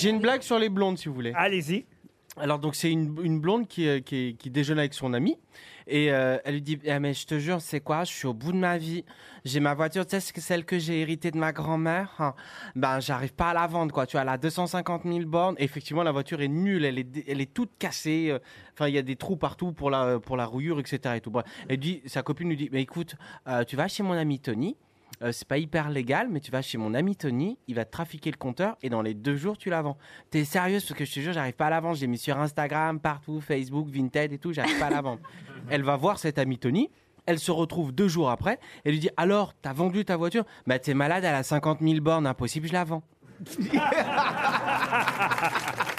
J'ai une blague sur les blondes, si vous voulez. Allez-y. Alors, donc, c'est une blonde qui déjeune avec son amie. Et elle lui dit mais je te jure, c'est quoi? Je suis au bout de ma vie. J'ai ma voiture, tu sais, c'est celle que j'ai héritée de ma grand-mère. Hein. Ben, j'arrive pas à la vendre, quoi. Tu vois, elle a 250 000 bornes. Et effectivement, la voiture est nulle. Elle est toute cassée. Enfin, il y a des trous partout pour la rouillure, etc. Et tout. Bref. Sa copine lui dit mais écoute, tu vas chez mon ami Tony. C'est pas hyper légal, mais tu vas chez mon ami Tony, il va te trafiquer le compteur et dans les 2 jours, tu la vends. T'es sérieuse? Parce que je te jure, j'arrive pas à la vendre. J'ai mis sur Instagram, partout, Facebook, Vinted et tout, j'arrive pas à la vendre. Elle va voir cet ami Tony. Elle se retrouve 2 jours après. Elle lui dit alors, t'as vendu ta voiture? Bah, t'es malade, elle a 50 000 bornes, impossible, je la vends.